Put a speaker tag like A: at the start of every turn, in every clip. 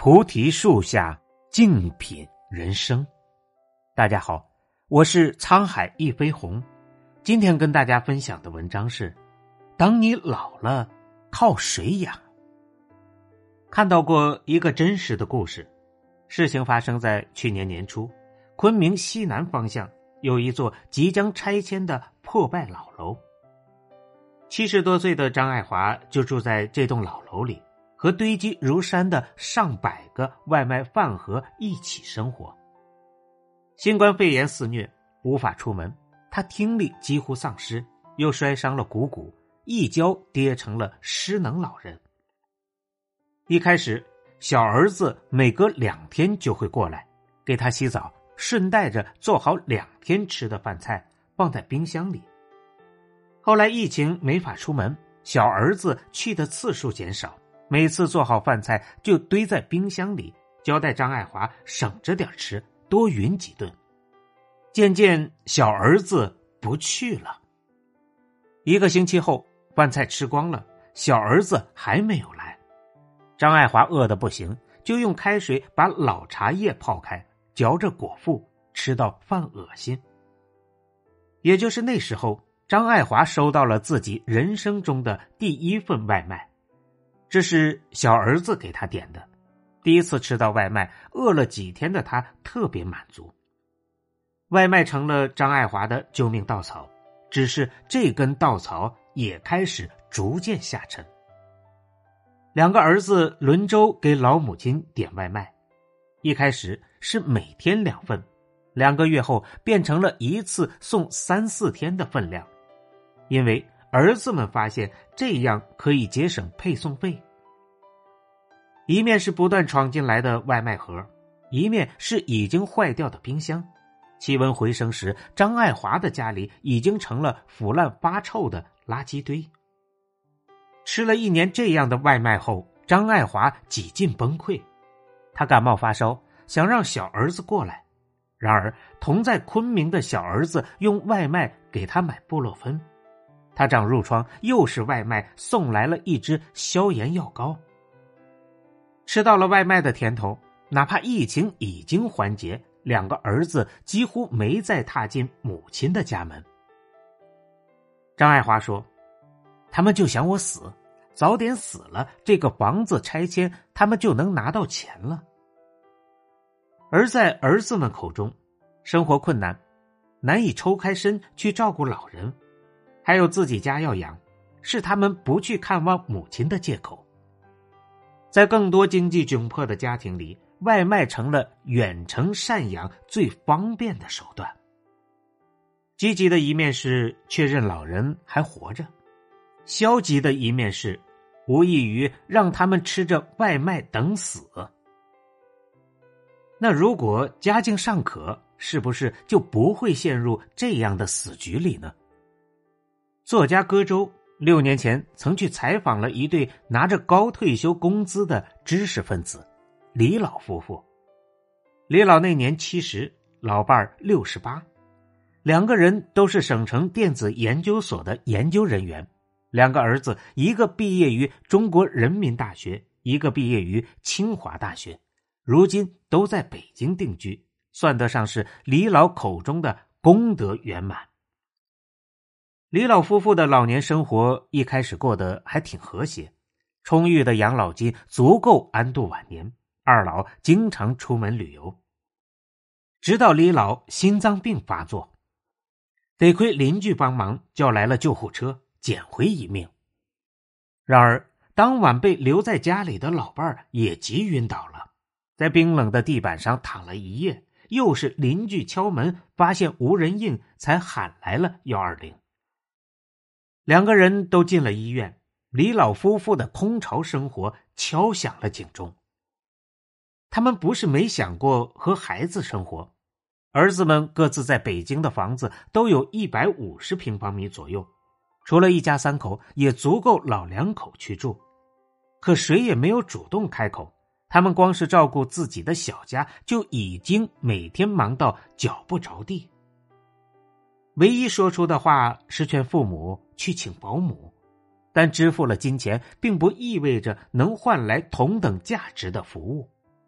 A: 菩提树下静品人生。大家好，我是沧海一飞鸿。今天跟大家分享的文章是：当你老了，靠谁养？看到过一个真实的故事，事情发生在去年年初，昆明西南方向有一座即将拆迁的破败老楼。70多岁的张爱华就住在这栋老楼里，和堆积如山的上百个外卖饭盒一起生活。新冠肺炎肆虐，无法出门，他听力几乎丧失，又摔伤了股骨，一跤跌成了失能老人。一开始，小儿子每隔2天就会过来，给他洗澡，顺带着做好2天吃的饭菜，放在冰箱里。后来疫情没法出门，小儿子去的次数减少，每次做好饭菜就堆在冰箱里，交代张爱华省着点吃，多匀几顿。渐渐小儿子不去了。1个星期后，饭菜吃光了，小儿子还没有来。张爱华饿得不行，就用开水把老茶叶泡开，嚼着果腹，吃到犯恶心。也就是那时候，张爱华收到了自己人生中的第1份外卖。这是小儿子给他点的，第一次吃到外卖，饿了几天的他特别满足。外卖成了张爱华的救命稻草，只是这根稻草也开始逐渐下沉。2个儿子轮周给老母亲点外卖，一开始是每天2份，2个月后变成了一次送3、4天的分量。因为儿子们发现这样可以节省配送费。一面是不断闯进来的外卖盒，一面是已经坏掉的冰箱。气温回升时，张爱华的家里已经成了腐烂发臭的垃圾堆。吃了1年这样的外卖后，张爱华几近崩溃。他感冒发烧，想让小儿子过来。然而同在昆明的小儿子用外卖给他买布洛芬。他长褥疮，又是外卖送来了一支消炎药膏。吃到了外卖的甜头，哪怕疫情已经缓解，2个儿子几乎没再踏进母亲的家门。张爱华说，他们就想我死，早点死了，这个房子拆迁他们就能拿到钱了。而在儿子们口中，生活困难，难以抽开身去照顾老人，还有自己家要养，是他们不去看望母亲的借口。在更多经济窘迫的家庭里，外卖成了远程赡养最方便的手段。积极的一面是确认老人还活着，消极的一面是无异于让他们吃着外卖等死。那如果家境尚可，是不是就不会陷入这样的死局里呢？作家歌周6年前曾去采访了一对拿着高退休工资的知识分子李老夫妇。李老那年70，老伴儿68，2个人都是省城电子研究所的研究人员，2个儿子，一个毕业于中国人民大学，一个毕业于清华大学，如今都在北京定居，算得上是李老口中的功德圆满。李老夫妇的老年生活一开始过得还挺和谐，充裕的养老金足够安度晚年，2老经常出门旅游。直到李老心脏病发作，得亏邻居帮忙叫来了救护车，捡回一命。然而当晚被留在家里的老伴儿也急晕倒了，在冰冷的地板上躺了一夜，又是邻居敲门发现无人应，才喊来了120。2个人都进了医院，李老夫妇的空巢生活敲响了警钟。他们不是没想过和孩子生活，儿子们各自在北京的房子都有150平方米左右，除了一家3口，也足够老2口去住。可谁也没有主动开口，他们光是照顾自己的小家，就已经每天忙到脚不着地。唯一说出的话是劝父母去请保姆，但支付了金钱并不意味着能换来同等价值的服务。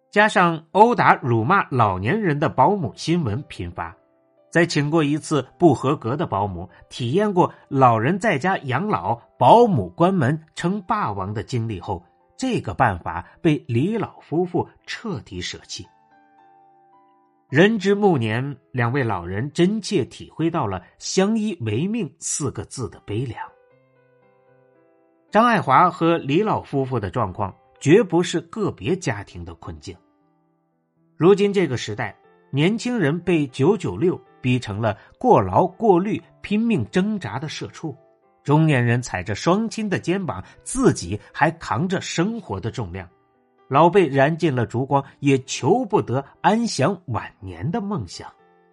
A: 加上殴打辱骂老年人的保姆新闻频发，在请过一次不合格的保姆，体验过老人在家养老保姆关门称霸王的经历后，这个办法被李老夫妇彻底舍弃。人之暮年，两位老人真切体会到了相依为命4个字的悲凉。张爱华和李老夫妇的状况绝不是个别家庭的困境。如今这个时代，年轻人被996逼成了过劳过虑拼命挣扎的社畜，中年人踩着双亲的肩膀，自己还扛着生活的重量，老辈燃尽了烛光，也求不得安享晚年的梦想。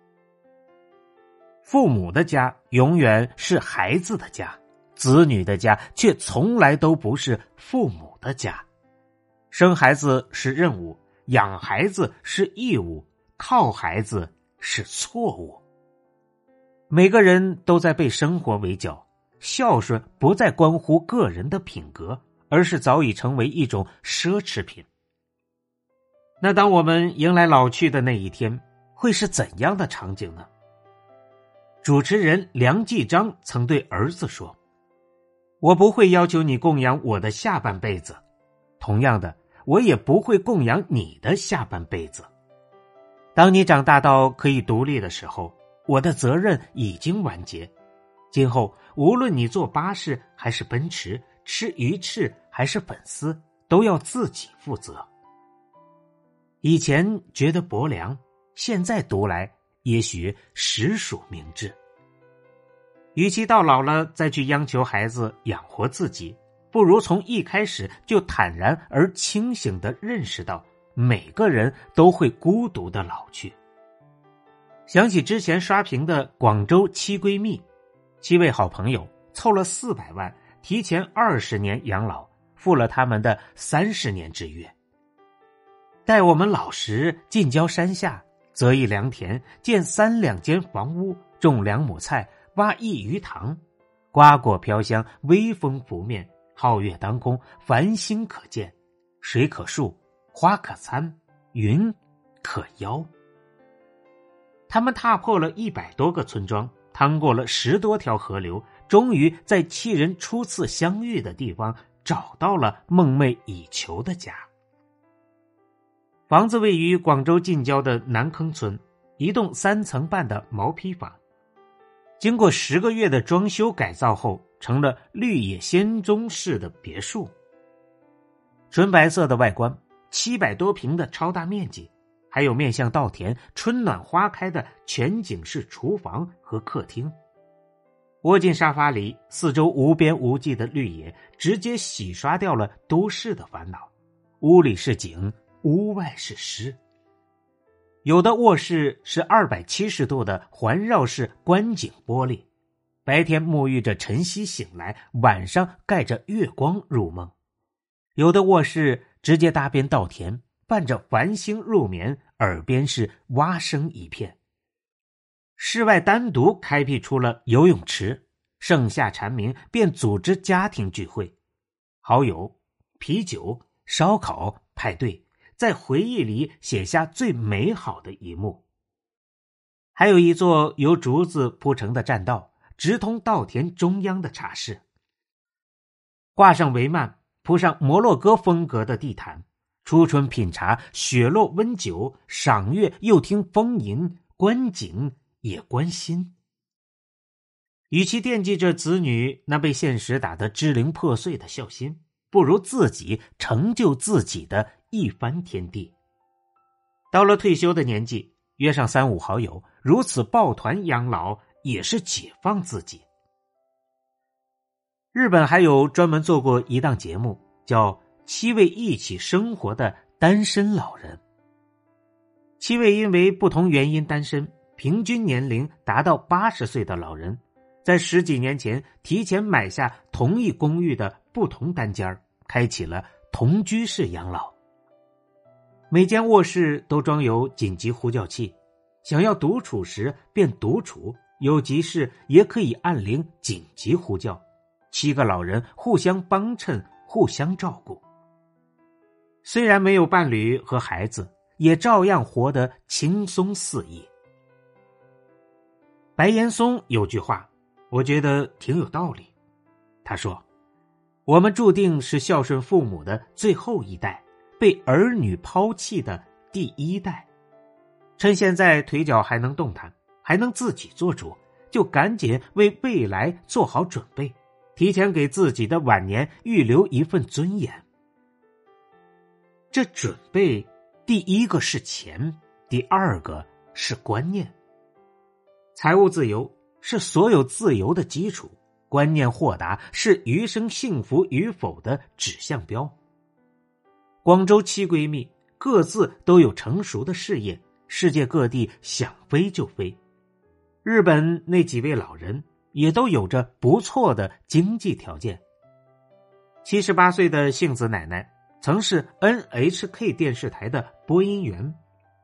A: 父母的家永远是孩子的家，子女的家却从来都不是父母的家。生孩子是任务，养孩子是义务，靠孩子是错误。每个人都在被生活围剿，孝顺不再关乎个人的品格，而是早已成为一种奢侈品。那当我们迎来老去的那一天，会是怎样的场景呢？主持人梁继章曾对儿子说：“我不会要求你供养我的下半辈子，同样的，我也不会供养你的下半辈子。当你长大到可以独立的时候，我的责任已经完结。今后无论你坐巴士还是奔驰，吃鱼翅还是粉丝，都要自己负责。”以前觉得薄凉，现在读来也许实属明智。与其到老了再去央求孩子养活自己，不如从一开始就坦然而清醒地认识到，每个人都会孤独地老去。想起之前刷屏的广州7闺蜜，7位好朋友凑了400万，提前20年养老，付了他们的30年之约。待我们老时，近郊山下择一良田，建3两间房屋，种2亩菜，挖1鱼塘，瓜果飘香，微风拂面，皓月当空，繁星可见，水可漱，花可餐，云可邀。他们踏破了100多个村庄，趟过了10多条河流，终于在7人初次相遇的地方找到了梦寐以求的家。房子位于广州近郊的南坑村，一栋3层半的毛坯房，经过10个月的装修改造后，成了绿野仙踪式的别墅。纯白色的外观，700多平的超大面积，还有面向稻田、春暖花开的全景式厨房和客厅。窝进沙发里，四周无边无际的绿野直接洗刷掉了都市的烦恼。屋里是景，屋外是诗。有的卧室是270度的环绕式观景玻璃，白天沐浴着晨曦醒来，晚上盖着月光入梦。有的卧室直接搭边稻田，伴着繁星入眠，耳边是蛙声一片。室外单独开辟出了游泳池，盛夏蝉鸣便组织家庭聚会，好友、啤酒、烧烤、派对，在回忆里写下最美好的一幕。还有一座由竹子铺成的栈道，直通稻田中央的茶室，挂上帷幔，铺上摩洛哥风格的地毯，初春品茶，雪落温酒，赏月又听风吟，观景也观心。与其惦记着子女那被现实打得支离破碎的孝心，不如自己成就自己的一番天地。到了退休的年纪，约上3、5好友，如此抱团养老，也是解放自己。日本还有专门做过一档节目，叫7位一起生活的单身老人。7位因为不同原因单身，平均年龄达到80岁的老人，在10几年前提前买下同一公寓的不同单间，开启了同居式养老。每间卧室都装有紧急呼叫器，想要独处时便独处，有急事也可以按铃紧急呼叫。7个老人互相帮衬，互相照顾。 虽然没有伴侣和孩子，也照样活得轻松肆意。白岩松有句话，我觉得挺有道理。他说，我们注定是孝顺父母的最后一代，被儿女抛弃的第一代。趁现在腿脚还能动弹，还能自己做主，就赶紧为未来做好准备，提前给自己的晚年预留一份尊严。这准备，第一个是钱，第二个是观念。财务自由是所有自由的基础，观念豁达是余生幸福与否的指向标。广州7闺蜜各自都有成熟的事业，世界各地想飞就飞。日本那几位老人也都有着不错的经济条件。78岁的杏子奶奶曾是 NHK 电视台的播音员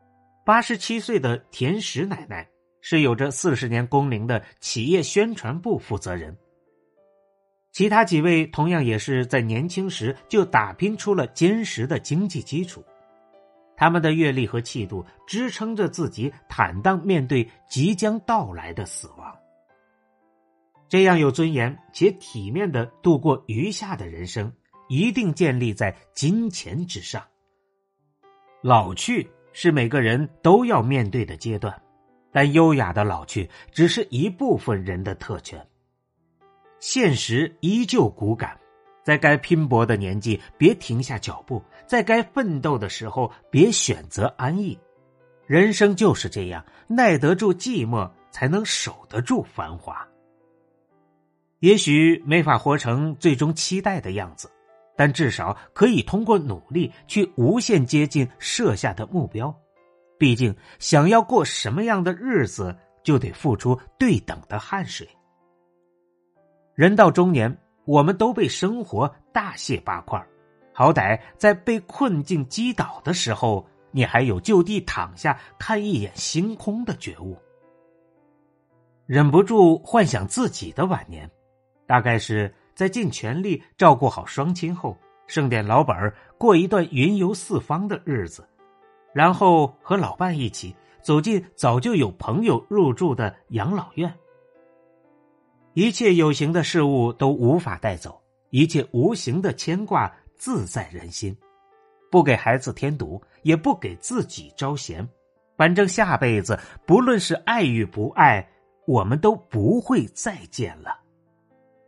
A: ，87岁的田石奶奶是有着40年工龄的企业宣传部负责人。其他几位同样也是在年轻时就打拼出了坚实的经济基础，他们的阅历和气度支撑着自己坦荡面对即将到来的死亡。这样有尊严且体面地度过余下的人生，一定建立在金钱之上。老去是每个人都要面对的阶段，但优雅的老去只是一部分人的特权。现实依旧骨感，在该拼搏的年纪别停下脚步，在该奋斗的时候别选择安逸。人生就是这样，耐得住寂寞，才能守得住繁华。也许没法活成最终期待的样子，但至少可以通过努力去无限接近设下的目标。毕竟想要过什么样的日子，就得付出对等的汗水。人到中年，我们都被生活大卸八块，好歹在被困境击倒的时候，你还有就地躺下看一眼星空的觉悟。忍不住幻想自己的晚年，大概是在尽全力照顾好双亲后，剩点老本过一段云游四方的日子，然后和老伴一起走进早就有朋友入住的养老院。一切有形的事物都无法带走，一切无形的牵挂自在人心。不给孩子添堵，也不给自己招嫌，反正下辈子不论是爱与不爱，我们都不会再见了。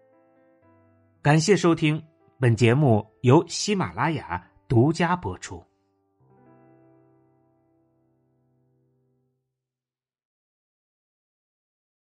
A: 感谢收听，本节目由喜马拉雅独家播出。